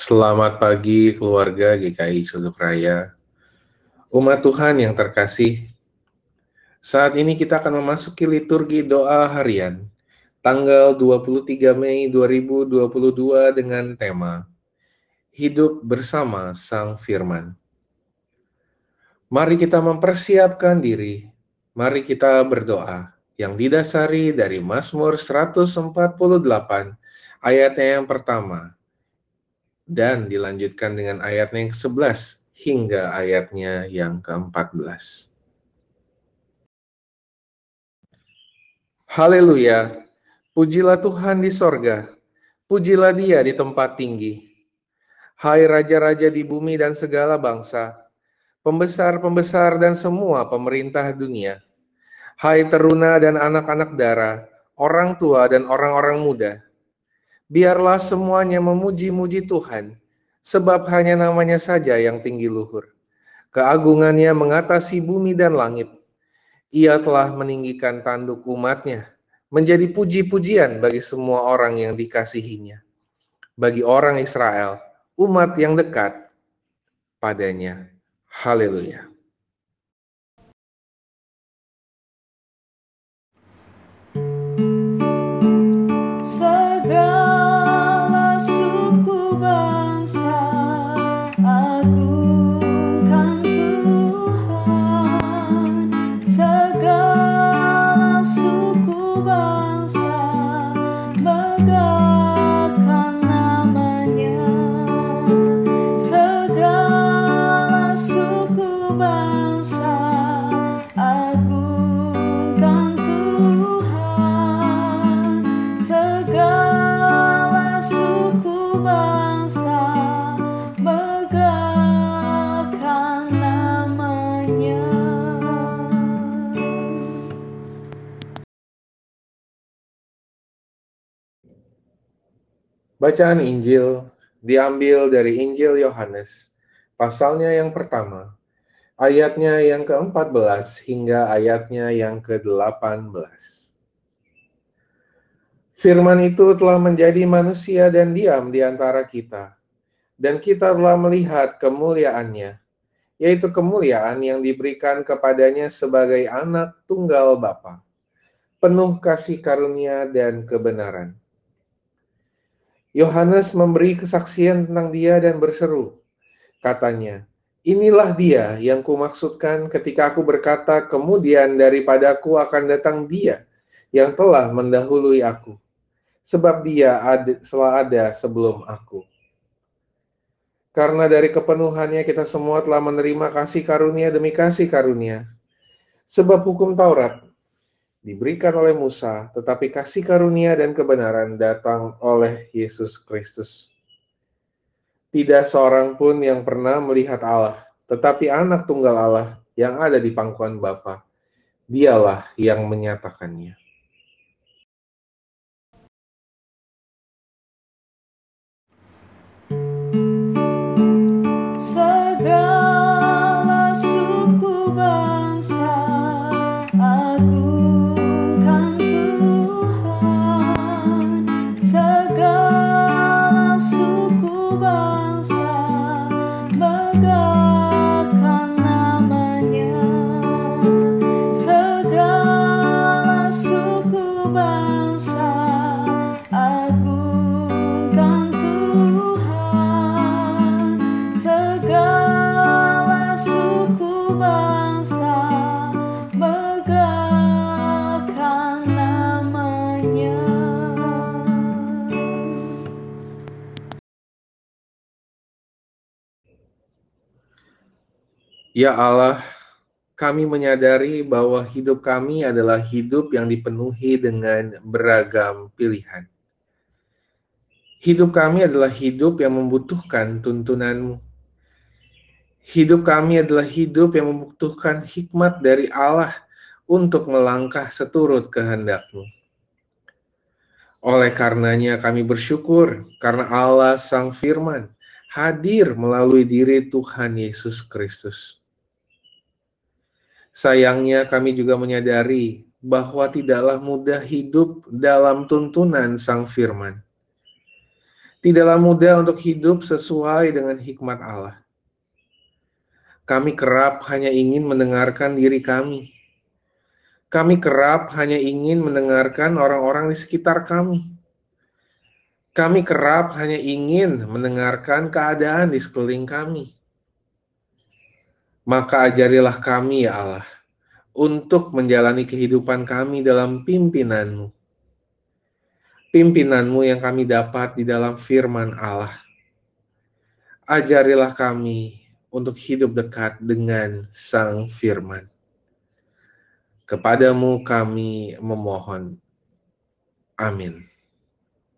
Selamat pagi keluarga GKI Celuk Raya. Umat Tuhan yang terkasih, saat ini kita akan memasuki liturgi doa harian tanggal 23 Mei 2022 dengan tema Hidup bersama Sang Firman. Mari kita mempersiapkan diri, mari kita berdoa yang didasari dari Mazmur 148 ayatnya yang pertama dan dilanjutkan dengan ayatnya yang ke-11 hingga ayatnya yang ke-14. Haleluya, pujilah Tuhan di sorga, pujilah Dia di tempat tinggi. Hai raja-raja di bumi dan segala bangsa, pembesar-pembesar dan semua pemerintah dunia. Hai teruna dan anak-anak dara, orang tua dan orang-orang muda. Biarlah semuanya memuji-muji Tuhan, sebab hanya namanya saja yang tinggi luhur. Keagungannya mengatasi bumi dan langit. Ia telah meninggikan tanduk umatnya, menjadi puji-pujian bagi semua orang yang dikasihinya. Bagi orang Israel, umat yang dekat padanya. Haleluya. Segala suku bangsa agungkan Tuhan. Segala suku bangsa megahkan namanya. Segala suku bangsa agungkan Tuhan. Segala suku bangsa megahkan namanya. Bacaan Injil diambil dari Injil Yohanes, pasalnya yang pertama, ayatnya yang ke-14 hingga ayatnya yang ke-18. Firman itu telah menjadi manusia dan diam di antara kita, dan kita telah melihat kemuliaannya, yaitu kemuliaan yang diberikan kepadanya sebagai anak tunggal Bapa, penuh kasih karunia dan kebenaran. Yohanes memberi kesaksian tentang dia dan berseru, katanya, inilah dia yang kumaksudkan ketika aku berkata, kemudian daripadaku akan datang dia yang telah mendahului aku, sebab dia telah ada sebelum aku. Karena dari kepenuhannya kita semua telah menerima kasih karunia demi kasih karunia. Sebab hukum Taurat diberikan oleh Musa, tetapi kasih karunia dan kebenaran datang oleh Yesus Kristus. Tidak seorang pun yang pernah melihat Allah, tetapi anak tunggal Allah yang ada di pangkuan Bapa, dialah yang menyatakannya. Segala suku bangsa agungkan Tuhan. Segala suku bangsa megahkan namanya. Segala suku bangsa agungkan Tuhan. Segala suku bangsa megahkan namanya. Ya Allah, kami menyadari bahwa hidup kami adalah hidup yang dipenuhi dengan beragam pilihan. Hidup kami adalah hidup yang membutuhkan tuntunan-Mu. Hidup kami adalah hidup yang membutuhkan hikmat dari Allah untuk melangkah seturut kehendak-Mu. Oleh karenanya kami bersyukur karena Allah Sang Firman hadir melalui diri Tuhan Yesus Kristus. Sayangnya kami juga menyadari bahwa tidaklah mudah hidup dalam tuntunan Sang Firman. Tidaklah mudah untuk hidup sesuai dengan hikmat Allah. Kami kerap hanya ingin mendengarkan diri kami. Kami kerap hanya ingin mendengarkan orang-orang di sekitar kami. Kami kerap hanya ingin mendengarkan keadaan di sekeliling kami. Maka ajarilah kami, ya Allah, untuk menjalani kehidupan kami dalam pimpinanmu. Pimpinanmu yang kami dapat di dalam firman Allah. Ajarilah kami untuk hidup dekat dengan Sang Firman. Kepadamu kami memohon. Amin.